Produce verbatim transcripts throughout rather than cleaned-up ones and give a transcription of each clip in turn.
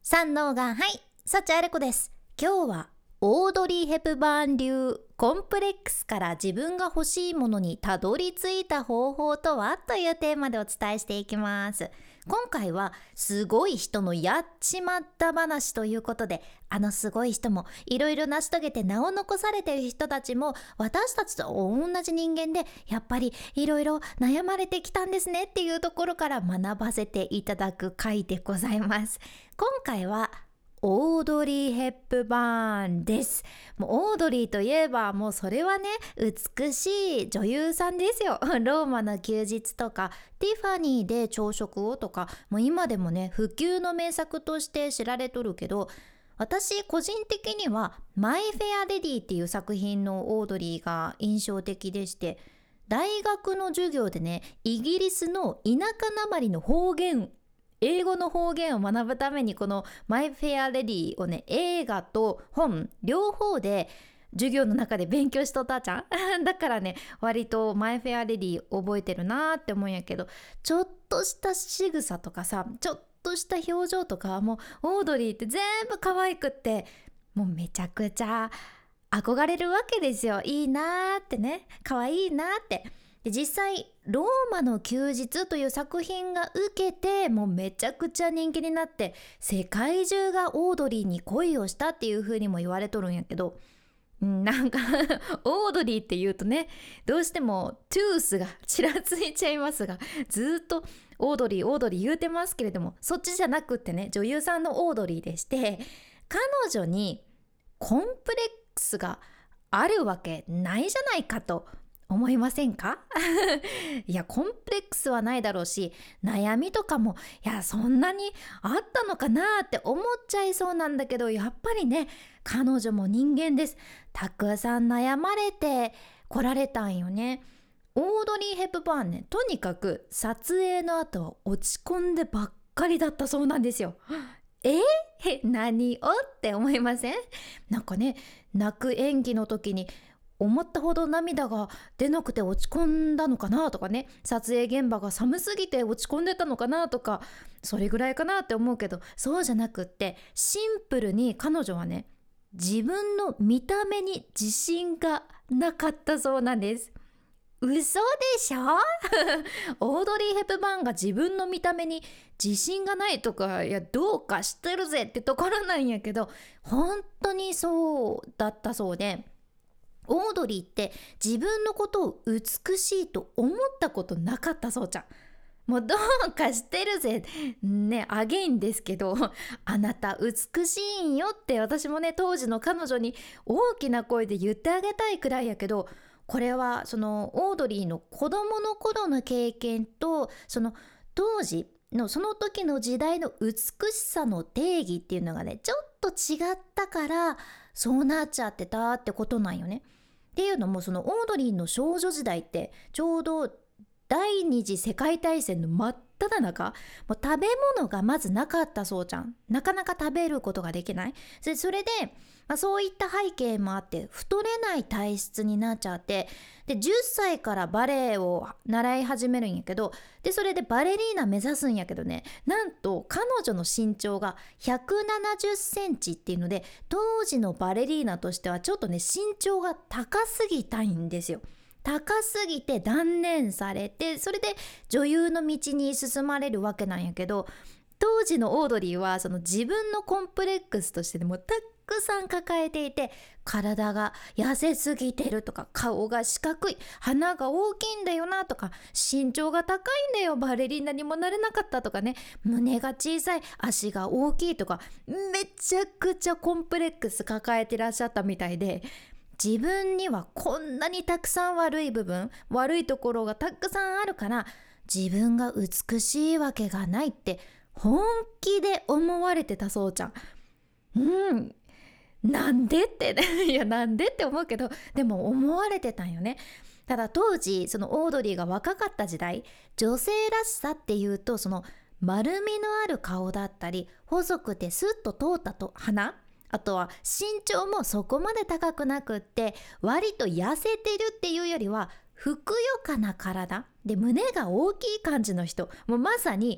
三能がはい、幸あれ子です。今日はオードリー・ヘプバーン流コンプレックスから自分が欲しいものにたどり着いた方法とはというテーマでお伝えしていきます。今回はすごい人のやっちまった話ということで、あのすごい人もいろいろ成し遂げて名を残されている人たちも私たちと同じ人間でやっぱりいろいろ悩まれてきたんですねっていうところから学ばせていただく回でございます。今回はオードリー・ヘップバーンです。もうオードリーといえばもうそれはね、美しい女優さんですよ。ローマの休日とかティファニーで朝食をとか、もう今でもね不朽の名作として知られとるけど、私個人的にはマイ・フェア・レディっていう作品のオードリーが印象的でして、大学の授業でねイギリスの田舎なまりの方言、英語の方言を学ぶためにこのマイ・フェア・レディをね、映画と本両方で授業の中で勉強しとったじゃんだからね、割とマイ・フェア・レディ覚えてるなーって思うんやけど、ちょっとした仕草とかさ、ちょっとした表情とか、もうオードリーって全部可愛くって、もうめちゃくちゃ憧れるわけですよ。いいなーってね、可愛いなーって。で実際ローマの休日という作品が受けて、もうめちゃくちゃ人気になって世界中がオードリーに恋をしたっていう風にも言われとるんやけど、なんかオードリーっていうとね、どうしてもトゥースがちらついちゃいますが、ずっとオードリーオードリー言うてますけれども、そっちじゃなくってね、女優さんのオードリーでして、彼女にコンプレックスがあるわけないじゃないかと思いませんかいや、コンプレックスはないだろうし、悩みとかもいやそんなにあったのかなって思っちゃいそうなんだけど、やっぱりね、彼女も人間です。たくさん悩まれてこられたんよね。オードリー・ヘップバーンね、とにかく撮影の後は落ち込んでばっかりだったそうなんですよ。え何をって思いません？なんかね、泣く演技の時に思ったほど涙が出なくて落ち込んだのかなとかね、撮影現場が寒すぎて落ち込んでたのかなとか、それぐらいかなって思うけど、そうじゃなくって、シンプルに彼女はね、自分の見た目に自信がなかったそうなんです。嘘でしょオードリー・ヘプバーンが自分の見た目に自信がないとか、いやどうかしてるぜってところなんやけど、本当にそうだったそうで、オードリーって自分のことを美しいと思ったことなかったそうじゃん。もうどうかしてるぜね、アゲインですけど、あなた美しいんよって私もね、当時の彼女に大きな声で言ってあげたいくらいやけど、これはそのオードリーの子供の頃の経験と、その当時のその時の時代の美しさの定義っていうのがね、ちょっと違ったからそうなっちゃってたってことなんよね。っていうのも、そのオードリーの少女時代ってちょうど第二次世界大戦の真っ只中、もう食べ物がまずなかったそうじゃん。なかなか食べることができない。でそれで、まあ、そういった背景もあって太れない体質になっちゃって、でじゅっさいからバレエを習い始めるんやけど、でそれでバレリーナ目指すんやけどね、なんと彼女の身長がひゃくななじゅっセンチっていうので、当時のバレリーナとしてはちょっとね身長が高すぎたいんですよ。高すぎて断念されて、それで女優の道に進まれるわけなんやけど、当時のオードリーはその自分のコンプレックスとしてでもたくさん抱えていて、体が痩せすぎてるとか、顔が四角い、鼻が大きいんだよなとか、身長が高いんだよ、バレリーナにもなれなかったとかね、胸が小さい、足が大きいとか、めちゃくちゃコンプレックス抱えてらっしゃったみたいで、自分にはこんなにたくさん悪い部分、悪いところがたくさんあるから、自分が美しいわけがないって本気で思われてたそうじゃん。うんなんでっていやなんでって思うけど、でも思われてたんよね。ただ当時そのオードリーが若かった時代、女性らしさっていうと、その丸みのある顔だったり、細くてスッと通ったと鼻、あとは身長もそこまで高くなくって、割と痩せてるっていうよりはふくよかな体で胸が大きい感じの人、もうまさに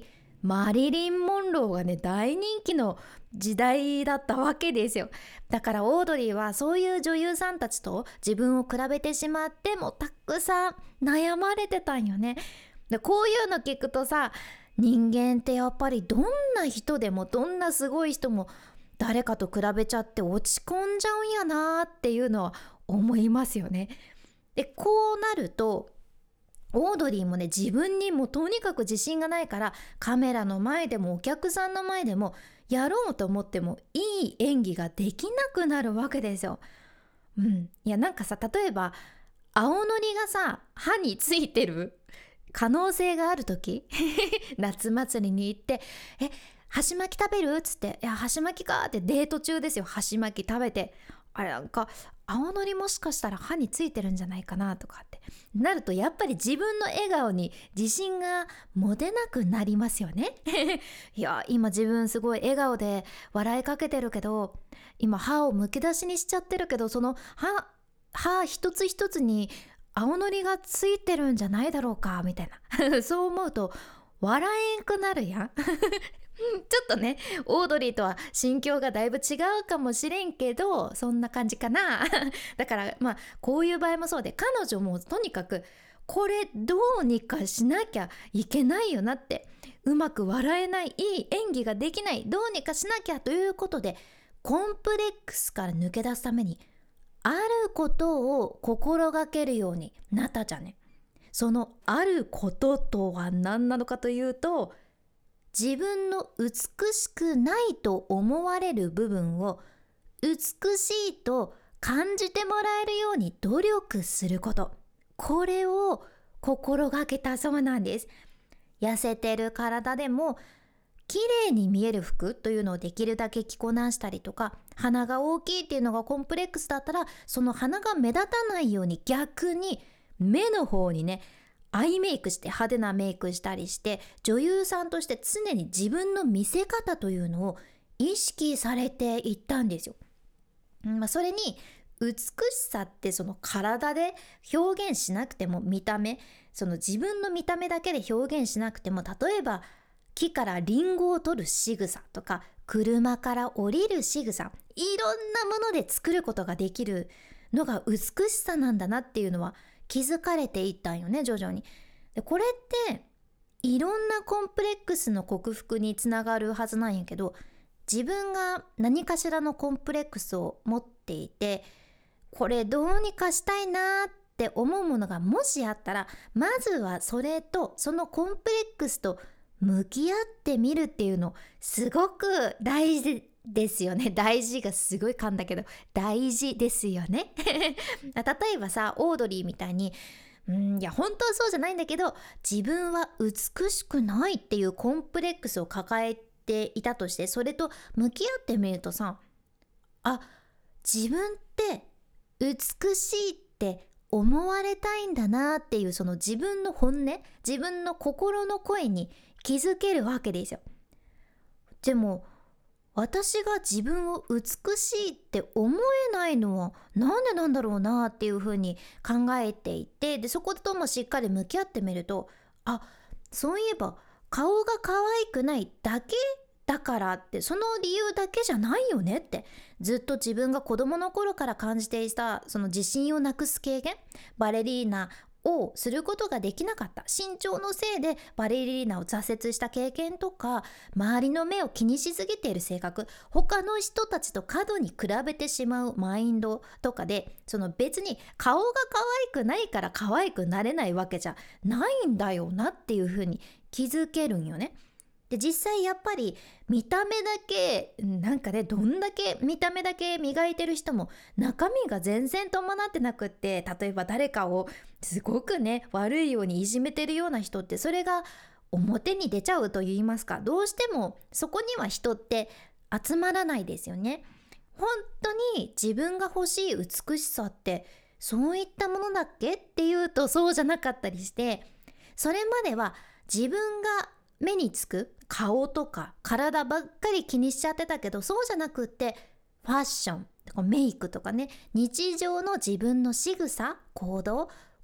マリリン・モンローがね大人気の時代だったわけですよ。だからオードリーはそういう女優さんたちと自分を比べてしまってもたくさん悩まれてたんよね。でこういうの聞くとさ、人間ってやっぱりどんな人でもどんなすごい人も誰かと比べちゃって落ち込んじゃうんやなっていうのは思いますよね。でこうなるとオードリーもね、自分にもとにかく自信がないから、カメラの前でもお客さんの前でもやろうと思ってもいい演技ができなくなるわけですよ。うん、いやなんかさ、例えば青のりがさ歯についてる可能性がある時夏祭りに行って「え箸巻き食べる?」っつって「いや箸巻きか」ってデート中ですよ。箸巻き食べて、あれなんか青のりもしかしたら歯についてるんじゃないかなとかってなると、やっぱり自分の笑顔に自信が持てなくなりますよねいや今自分すごい笑顔で笑いかけてるけど、今歯をむき出しにしちゃってるけど、その歯歯一つ一つに青のりがついてるんじゃないだろうかみたいなそう思うと笑えんくなるやんちょっとねオードリーとは心境がだいぶ違うかもしれんけど、そんな感じかなだからまあこういう場合もそうで、彼女もとにかくこれどうにかしなきゃいけないよなって、うまく笑えない、いい演技ができない、どうにかしなきゃということで、コンプレックスから抜け出すためにあることを心がけるようになったじゃんね。そのあることとは何なのかというと、自分の美しくないと思われる部分を美しいと感じてもらえるように努力すること、これを心がけたそうなんです。痩せてる体でも綺麗に見える服というのをできるだけ着こなしたりとか、鼻が大きいっていうのがコンプレックスだったら、その鼻が目立たないように逆に目の方にねアイメイクして派手なメイクしたりして、女優さんとして常に自分の見せ方というのを意識されていったんですよ。まあ、それに美しさってその体で表現しなくても、見た目、その自分の見た目だけで表現しなくても、例えば木からリンゴを取る仕草とか車から降りる仕草、いろんなもので作ることができるのが美しさなんだなっていうのは気づかれていったんよね、徐々に。でこれっていろんなコンプレックスの克服につながるはずなんやけど、自分が何かしらのコンプレックスを持っていて、これどうにかしたいなって思うものがもしあったら、まずはそれとそのコンプレックスと向き合ってみるっていうのすごく大事ですよね。大事がすごい噛んだけど大事ですよね例えばさ、オードリーみたいにうんいや本当はそうじゃないんだけど、自分は美しくないっていうコンプレックスを抱えていたとして、それと向き合ってみるとさ、あ、自分って美しいって思われたいんだなっていう、その自分の本音、自分の心の声に気づけるわけですよ。でも私が自分を美しいって思えないのはなんでなんだろうなっていうふうに考えていて、でそこともしっかり向き合ってみると、あ、そういえば顔が可愛くないだけだからって、その理由だけじゃないよねって、ずっと自分が子供の頃から感じていたその自信をなくす経験、バレリーナをすることができなかった、身長のせいでバレリーナを挫折した経験とか、周りの目を気にしすぎている性格、他の人たちと過度に比べてしまうマインドとかで、その別に顔が可愛くないから可愛くなれないわけじゃないんだよなっていうふうに気づけるんよね。で実際やっぱり見た目だけなんかね、どんだけ見た目だけ磨いてる人も中身が全然伴ってなくって、例えば誰かをすごくね悪いようにいじめてるような人って、それが表に出ちゃうと言いますか、どうしてもそこには人って集まらないですよね。本当に自分が欲しい美しさってそういったものだっけっていうとそうじゃなかったりして、それまでは自分が目につく顔とか体ばっかり気にしちゃってたけど、そうじゃなくってファッションとかメイクとかね、日常の自分の仕草行動、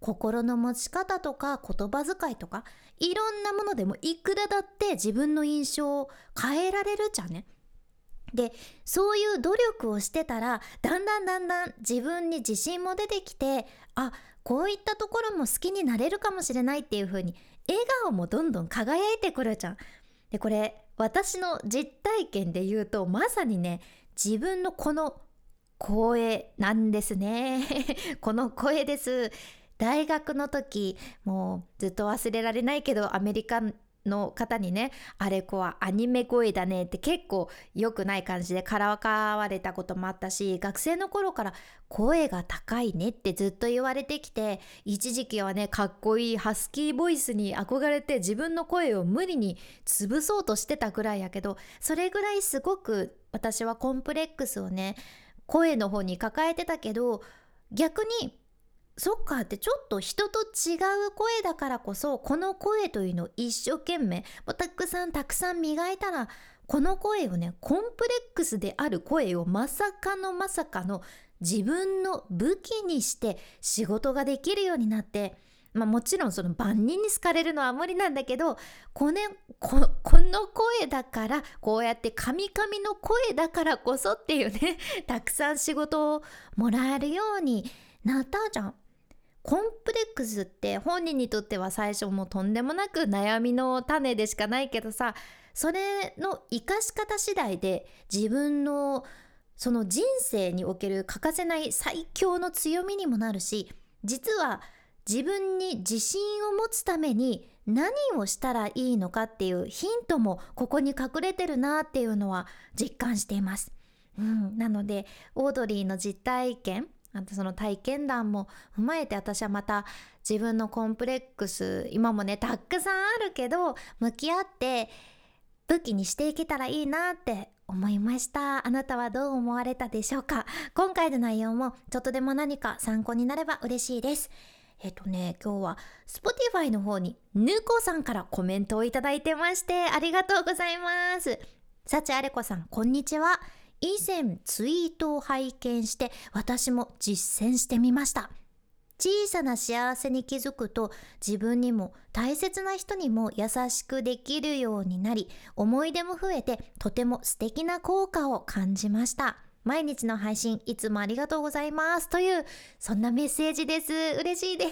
心の持ち方とか言葉遣いとかいろんなものでもいくらだって自分の印象を変えられるじゃんね。でそういう努力をしてたらだんだんだんだん自分に自信も出てきて、あ、こういったところも好きになれるかもしれないっていう風に笑顔もどんどん輝いてくるじゃん。でこれ私の実体験で言うとまさにね、自分のこの声なんですねこの声です。大学の時もうずっと忘れられないけど、アメリカの方にね、あれ子はアニメ声だねって結構良くない感じでからかわれたこともあったし、学生の頃から声が高いねってずっと言われてきて、一時期はねかっこいいハスキーボイスに憧れて自分の声を無理に潰そうとしてたくらいやけど、それぐらいすごく私はコンプレックスをね声の方に抱えてたけど、逆にそっかってちょっと人と違う声だからこそ、この声というのを一生懸命たくさんたくさん磨いたら、この声をねコンプレックスである声をまさかのまさかの自分の武器にして仕事ができるようになって、まあもちろんその万人に好かれるのは無理なんだけど、この、こ、この声だから、こうやって神々の声だからこそっていうねたくさん仕事をもらえるようになったじゃん。コンプレックスって本人にとっては最初もうとんでもなく悩みの種でしかないけどさ、それの生かし方次第で自分のその人生における欠かせない最強の強みにもなるし、実は自分に自信を持つために何をしたらいいのかっていうヒントもここに隠れてるなっていうのは実感しています。うん、なのでオードリーの実体験、あとその体験談も踏まえて、私はまた自分のコンプレックス今もねたくさんあるけど向き合って武器にしていけたらいいなって思いました。あなたはどう思われたでしょうか。今回の内容もちょっとでも何か参考になれば嬉しいです。えっとね今日は Spotify の方にぬこさんからコメントをいただいてまして、ありがとうございます。幸あれ子さん、こんにちは。以前ツイートを拝見して私も実践してみました。小さな幸せに気づくと自分にも大切な人にも優しくできるようになり、思い出も増えてとても素敵な効果を感じました。毎日の配信いつもありがとうございますという、そんなメッセージです。嬉しいです。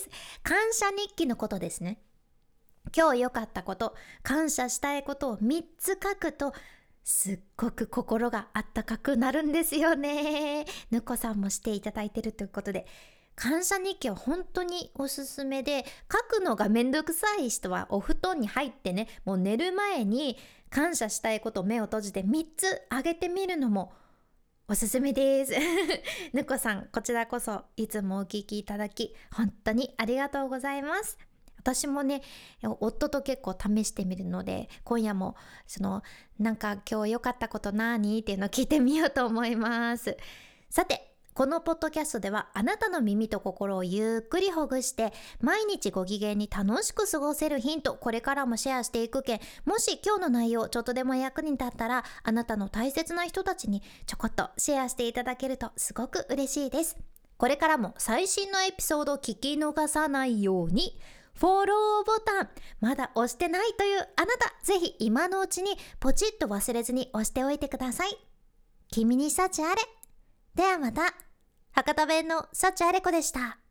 感謝日記のことですね。今日良かったこと、感謝したいことをみっつ書くとすっごく心があったかくなるんですよね。ぬこさんもしていただいてるということで、感謝日記は本当におすすめで、書くのがめんどくさい人はお布団に入ってね、もう寝る前に感謝したいことを目を閉じてみっつあげてみるのもおすすめですぬこさん、こちらこそいつもお聞きいただき本当にありがとうございます。私もね夫と結構試してみるので、今夜もそのなんか今日良かったことなーにっていうのを聞いてみようと思います。さてこのポッドキャストではあなたの耳と心をゆっくりほぐして毎日ご機嫌に楽しく過ごせるヒント、これからもシェアしていくけん、もし今日の内容ちょっとでも役に立ったらあなたの大切な人たちにちょこっとシェアしていただけるとすごく嬉しいです。これからも最新のエピソードを聞き逃さないようにフォローボタンまだ押してないというあなた、ぜひ今のうちにポチッと忘れずに押しておいてください。君に幸あれ。ではまた。博多弁の幸あれ子でした。